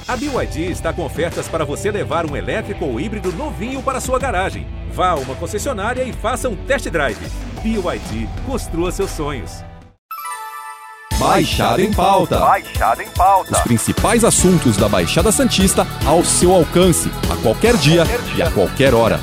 A BYD está com ofertas para você levar um elétrico ou híbrido novinho para sua garagem. Vá a uma concessionária e faça um test drive. BYD, construa seus sonhos. Baixada em Pauta. Baixada em Pauta. Os principais assuntos da Baixada Santista ao seu alcance, a qualquer dia e a qualquer hora.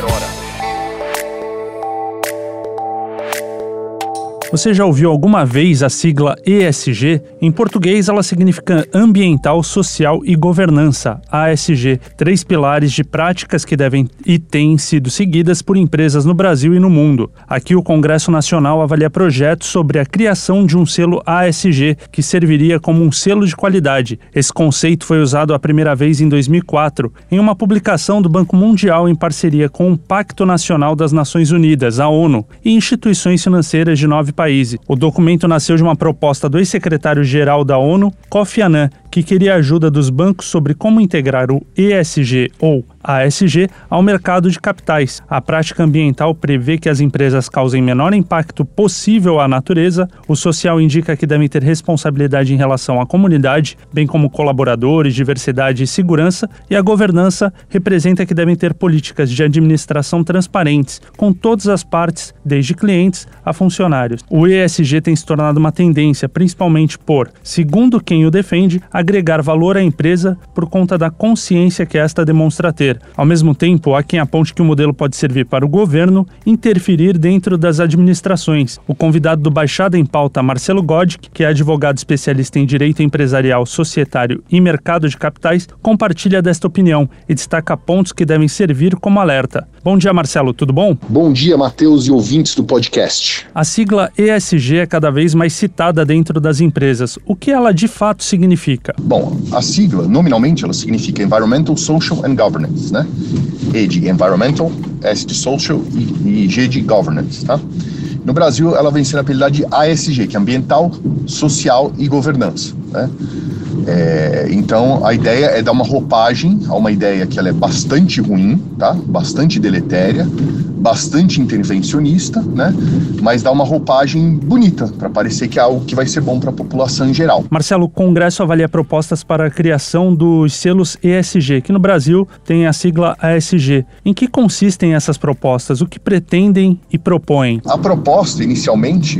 Você já ouviu alguma vez a sigla ESG? Em português, ela significa Ambiental, Social e Governança, ASG, 3 pilares de práticas que devem e têm sido seguidas por empresas no Brasil e no mundo. Aqui o Congresso Nacional avalia projetos sobre a criação de um selo ASG, que serviria como um selo de qualidade. Esse conceito foi usado a primeira vez em 2004, em uma publicação do Banco Mundial em parceria com o Pacto Nacional das Nações Unidas, a ONU, e instituições financeiras de 9 países. O documento nasceu de uma proposta do ex-secretário-geral da ONU, Kofi Annan, que queria a ajuda dos bancos sobre como integrar o ESG ou ASG ao mercado de capitais. A prática ambiental prevê que as empresas causem menor impacto possível à natureza, o social indica que devem ter responsabilidade em relação à comunidade, bem como colaboradores, diversidade e segurança, e a governança representa que devem ter políticas de administração transparentes, com todas as partes, desde clientes a funcionários. O ESG tem se tornado uma tendência, principalmente por, segundo quem o defende, agregar valor à empresa por conta da consciência que esta demonstra ter. Ao mesmo tempo, há quem aponte que o modelo pode servir para o governo interferir dentro das administrações. O convidado do Baixada em Pauta, Marcelo Godic, que é advogado especialista em direito empresarial, societário e mercado de capitais, compartilha desta opinião e destaca pontos que devem servir como alerta. Bom dia, Marcelo, tudo bom? Bom dia, Matheus e ouvintes do podcast. A sigla ESG é cada vez mais citada dentro das empresas. O que ela de fato significa? Bom, a sigla, nominalmente, ela significa Environmental, Social and Governance, né? E de Environmental, S de Social e G de Governance, tá? No Brasil, ela vem sendo apelidada de ASG, que é Ambiental, Social e Governança, né? Então, a ideia é dar uma roupagem a uma ideia que ela é bastante ruim, tá? Bastante deletéria, bastante intervencionista, né? Mas dá uma roupagem bonita, para parecer que é algo que vai ser bom para a população em geral. Marcelo, o Congresso avalia propostas para a criação dos selos ESG, que no Brasil tem a sigla ASG. Em que consistem essas propostas? O que pretendem e propõem? A proposta, inicialmente,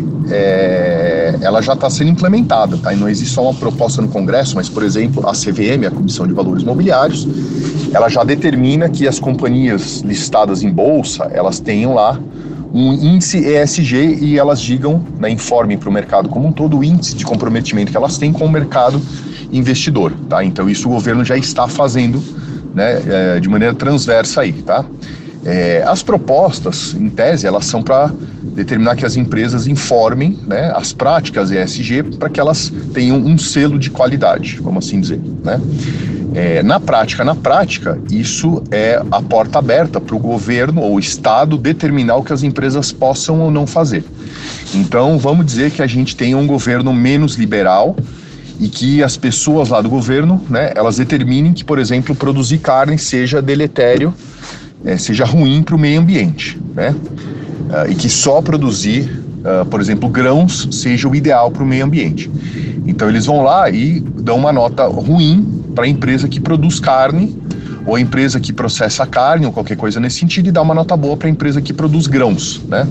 ela já está sendo implementada, tá? E não existe só uma proposta no Congresso, mas, por exemplo, a CVM, a Comissão de Valores Mobiliários, ela já determina que as companhias listadas em bolsa, elas tenham lá um índice ESG e elas digam, né, informem para o mercado como um todo o índice de comprometimento que elas têm com o mercado investidor, tá? Então isso o governo já está fazendo, né, de maneira transversa aí, tá? As propostas, em tese, elas são para determinar que as empresas informem, né, as práticas ESG para que elas tenham um selo de qualidade, vamos assim dizer, né? Na prática, isso é a porta aberta para o governo ou o Estado determinar o que as empresas possam ou não fazer. Então, vamos dizer que a gente tem um governo menos liberal e que as pessoas lá do governo, né, elas determinem que, por exemplo, produzir carne seja deletério, seja ruim para o meio ambiente, né? E que só produzir, por exemplo, grãos seja o ideal para o meio ambiente. Então eles vão lá e dão uma nota ruim para a empresa que produz carne, ou a empresa que processa carne, ou qualquer coisa nesse sentido, e dá uma nota boa para a empresa que produz grãos, né?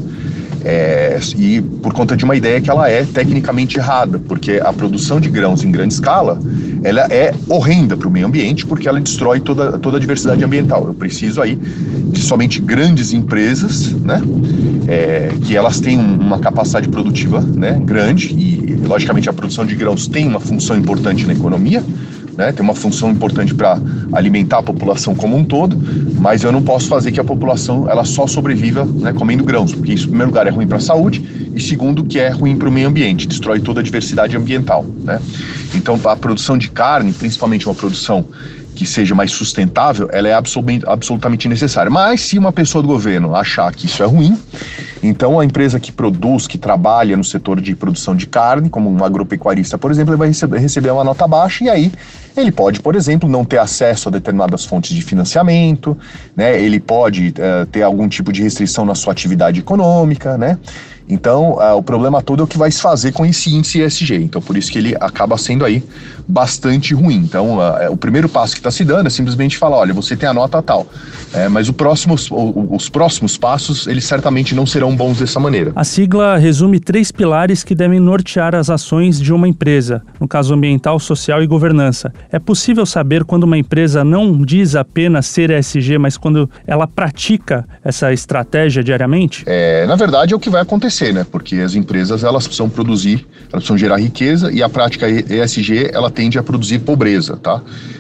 E por conta de uma ideia que ela é tecnicamente errada, porque a produção de grãos em grande escala, ela é horrenda para o meio ambiente, porque ela destrói toda a diversidade ambiental. Eu preciso aí de somente grandes empresas, né, que elas têm uma capacidade produtiva, né, grande, e logicamente a produção de grãos tem uma função importante na economia, né, tem uma função importante para alimentar a população como um todo, mas eu não posso fazer que a população ela só sobreviva, né, comendo grãos, porque isso, em primeiro lugar, é ruim para a saúde, e segundo, que é ruim para o meio ambiente, destrói toda a diversidade ambiental, né? Então, a produção de carne, principalmente uma produção que seja mais sustentável, ela é absolutamente necessária. Mas se uma pessoa do governo achar que isso é ruim, então a empresa que produz, que trabalha no setor de produção de carne, como um agropecuarista, por exemplo, ele vai receber uma nota baixa, e aí ele pode, por exemplo, não ter acesso a determinadas fontes de financiamento, né? Ele pode ter algum tipo de restrição na sua atividade econômica, né? Então, o problema todo é o que vai se fazer com esse índice ESG. Então, por isso que ele acaba sendo aí bastante ruim. Então, o primeiro passo que está se dando é simplesmente falar, olha, você tem a nota tal, mas os próximos passos, eles certamente não serão bons dessa maneira. A sigla resume 3 pilares que devem nortear as ações de uma empresa, no caso ambiental, social e governança. É possível saber quando uma empresa não diz apenas ser ESG, mas quando ela pratica essa estratégia diariamente? Na verdade, é o que vai acontecer, né? Porque as empresas, elas precisam produzir, elas precisam gerar riqueza, e a prática ESG, ela tende a produzir pobreza, tá?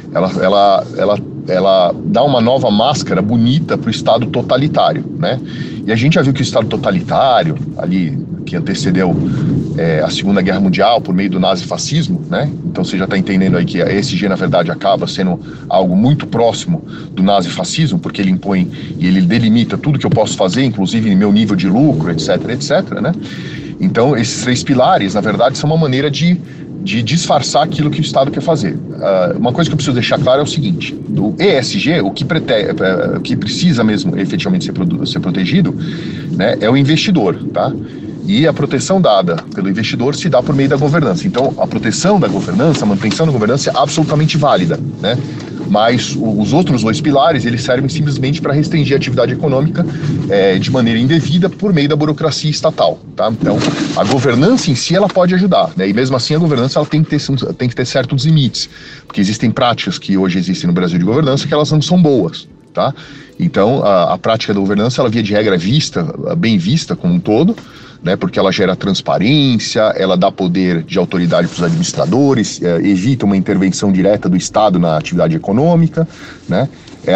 Ela dá uma nova máscara bonita para o Estado totalitário, né? E a gente já viu que o Estado totalitário, ali, que antecedeu a Segunda Guerra Mundial por meio do nazifascismo, né? Então você já está entendendo aí que a ESG, na verdade, acaba sendo algo muito próximo do nazifascismo, porque ele impõe e ele delimita tudo que eu posso fazer, inclusive meu nível de lucro, etc, né? Então, esses 3 pilares, na verdade, são uma maneira de disfarçar aquilo que o Estado quer fazer. Uma coisa que eu preciso deixar claro é o seguinte: o ESG, o que precisa mesmo efetivamente ser protegido, né, é o investidor, tá? E a proteção dada pelo investidor se dá por meio da governança. Então, a proteção da governança, a manutenção da governança é absolutamente válida, né? Mas os outros 2 pilares, eles servem simplesmente para restringir a atividade econômica de maneira indevida por meio da burocracia estatal, tá? Então, a governança em si, ela pode ajudar, né? E mesmo assim, a governança, ela tem que ter certos limites, porque existem práticas que hoje existem no Brasil de governança que elas não são boas, tá? Então, a prática da governança, ela via de regra bem vista como um todo, né, porque ela gera transparência, ela dá poder de autoridade para os administradores, evita uma intervenção direta do Estado na atividade econômica, né,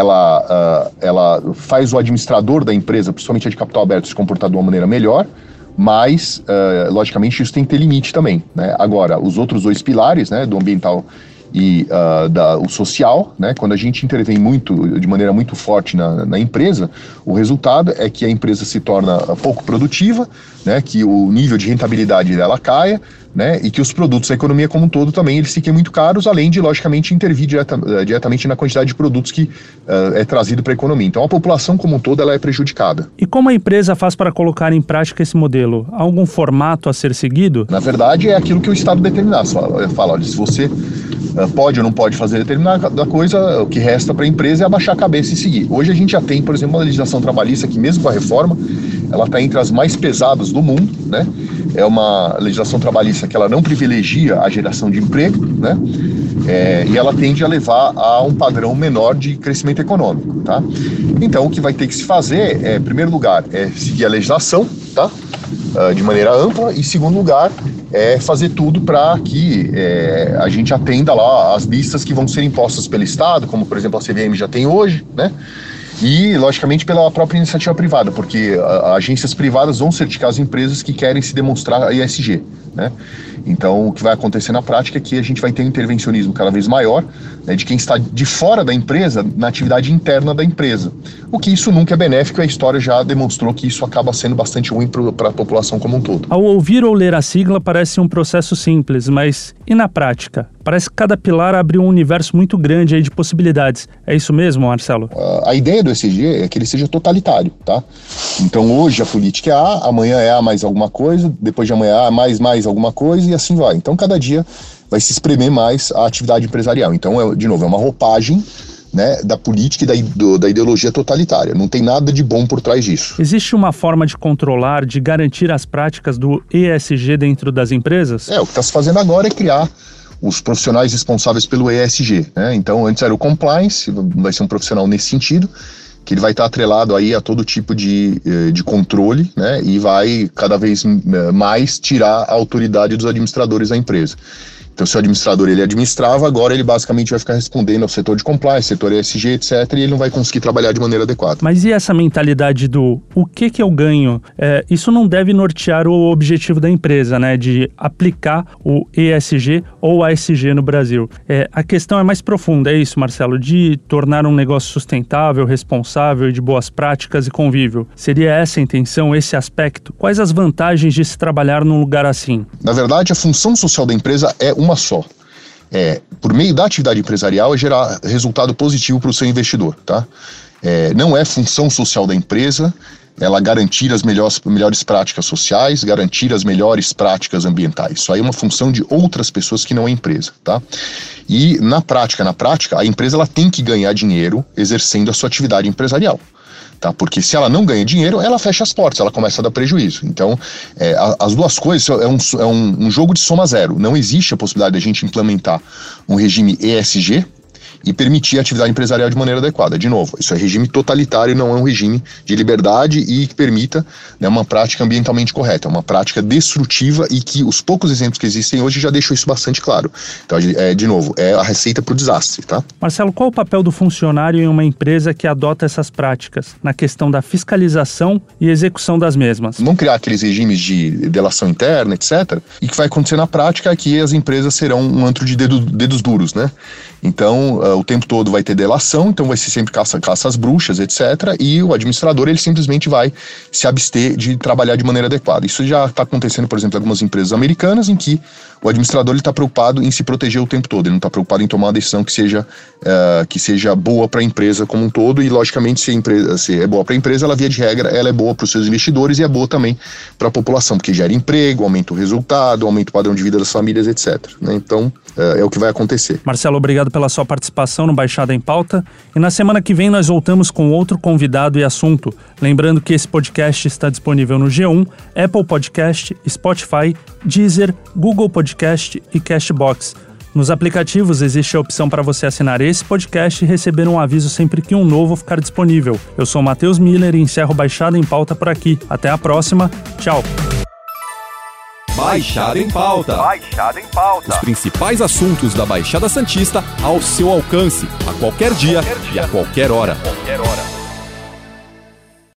ela faz o administrador da empresa, principalmente a de capital aberto, se comportar de uma maneira melhor, mas, logicamente, isso tem que ter limite também, né. Agora, os outros 2 pilares, né, do ambiental e o social, né, quando a gente intervém de maneira muito forte na empresa, o resultado é que a empresa se torna pouco produtiva, né, que o nível de rentabilidade dela caia, né, e que os produtos da economia como um todo também eles fiquem muito caros, além de, logicamente, intervir diretamente na quantidade de produtos que é trazido para a economia. Então, a população como um todo ela é prejudicada. E como a empresa faz para colocar em prática esse modelo? Há algum formato a ser seguido? Na verdade, é aquilo que o Estado determinar. Fala, olha, se você pode ou não pode fazer determinada coisa, o que resta para a empresa é abaixar a cabeça e seguir. Hoje a gente já tem, por exemplo, uma legislação trabalhista que, mesmo com a reforma, ela está entre as mais pesadas do mundo, né? É uma legislação trabalhista que ela não privilegia a geração de emprego, né? E ela tende a levar a um padrão menor de crescimento econômico, tá? Então, o que vai ter que se fazer, em primeiro lugar, é seguir a legislação, tá? De maneira ampla, e, em segundo lugar, fazer tudo para que a gente atenda lá as listas que vão ser impostas pelo Estado, como, por exemplo, a CVM já tem hoje, né? E, logicamente, pela própria iniciativa privada, porque agências privadas vão certificar as empresas que querem se demonstrar ESG, né? Então, o que vai acontecer na prática é que a gente vai ter um intervencionismo cada vez maior, né, de quem está de fora da empresa, na atividade interna da empresa. O que isso nunca é benéfico, e a história já demonstrou que isso acaba sendo bastante ruim para a população como um todo. Ao ouvir ou ler a sigla, parece um processo simples, mas e na prática? Parece que cada pilar abre um universo muito grande aí de possibilidades. É isso mesmo, Marcelo? A ideia do ESG é que ele seja totalitário, tá? Então, hoje a política é A, amanhã é A mais alguma coisa, depois de amanhã A mais alguma coisa, e assim vai. Então, cada dia vai se espremer mais a atividade empresarial. Então, de novo, é uma roupagem, né, da política e da ideologia totalitária. Não tem nada de bom por trás disso. Existe uma forma de controlar, de garantir as práticas do ESG dentro das empresas? O que está se fazendo agora é criar os profissionais responsáveis pelo ESG, né? Então, antes era o compliance, vai ser um profissional nesse sentido, que ele vai estar atrelado aí a todo tipo de controle, né? E vai cada vez mais tirar a autoridade dos administradores da empresa. Então, se o administrador ele administrava, agora ele basicamente vai ficar respondendo ao setor de compliance, setor ESG, etc., e ele não vai conseguir trabalhar de maneira adequada. Mas e essa mentalidade do o que eu ganho? Isso não deve nortear o objetivo da empresa, né? De aplicar o ESG ou ASG no Brasil. A questão é mais profunda, é isso, Marcelo? De tornar um negócio sustentável, responsável, de boas práticas e convívio. Seria essa a intenção, esse aspecto? Quais as vantagens de se trabalhar num lugar assim? Na verdade, a função social da empresa é uma só. Por meio da atividade empresarial, é gerar resultado positivo para o seu investidor, tá? Não é função social da empresa ela garantir as melhores práticas sociais, garantir as melhores práticas ambientais. Isso aí é uma função de outras pessoas que não a empresa, tá? E na prática, a empresa ela tem que ganhar dinheiro exercendo a sua atividade empresarial. Tá? Porque se ela não ganha dinheiro, ela fecha as portas, ela começa a dar prejuízo. Então, as duas coisas é um jogo de soma zero. Não existe a possibilidade de a gente implementar um regime ESG e permitir a atividade empresarial de maneira adequada. De novo, isso é regime totalitário, não é um regime de liberdade e que permita, né, uma prática ambientalmente correta, é uma prática destrutiva e que os poucos exemplos que existem hoje já deixam isso bastante claro. Então, de novo, é a receita para o desastre, tá? Marcelo, qual o papel do funcionário em uma empresa que adota essas práticas, na questão da fiscalização e execução das mesmas? Vão criar aqueles regimes de delação interna, etc. E o que vai acontecer na prática é que as empresas serão um antro de dedos duros, né? Então, o tempo todo vai ter delação, então vai ser sempre caça às bruxas, etc. E o administrador, ele simplesmente vai se abster de trabalhar de maneira adequada. Isso já está acontecendo, por exemplo, em algumas empresas americanas, em que o administrador está preocupado em se proteger o tempo todo, ele não está preocupado em tomar uma decisão que seja boa para a empresa como um todo, e logicamente se é boa para a empresa, ela via de regra, ela é boa para os seus investidores e é boa também para a população, porque gera emprego, aumenta o resultado, aumenta o padrão de vida das famílias, etc. Né? Então, é o que vai acontecer. Marcelo, obrigado pela sua participação no Baixada em Pauta, e na semana que vem nós voltamos com outro convidado e assunto. Lembrando que esse podcast está disponível no G1, Apple Podcast, Spotify, Deezer, Google Podcast e Castbox. Nos aplicativos existe a opção para você assinar esse podcast e receber um aviso sempre que um novo ficar disponível. Eu sou o Matheus Miller e encerro Baixada em Pauta por aqui. Até a próxima. Tchau. Baixada em Pauta. Baixada em Pauta. Os principais assuntos da Baixada Santista ao seu alcance, a qualquer dia e a qualquer hora.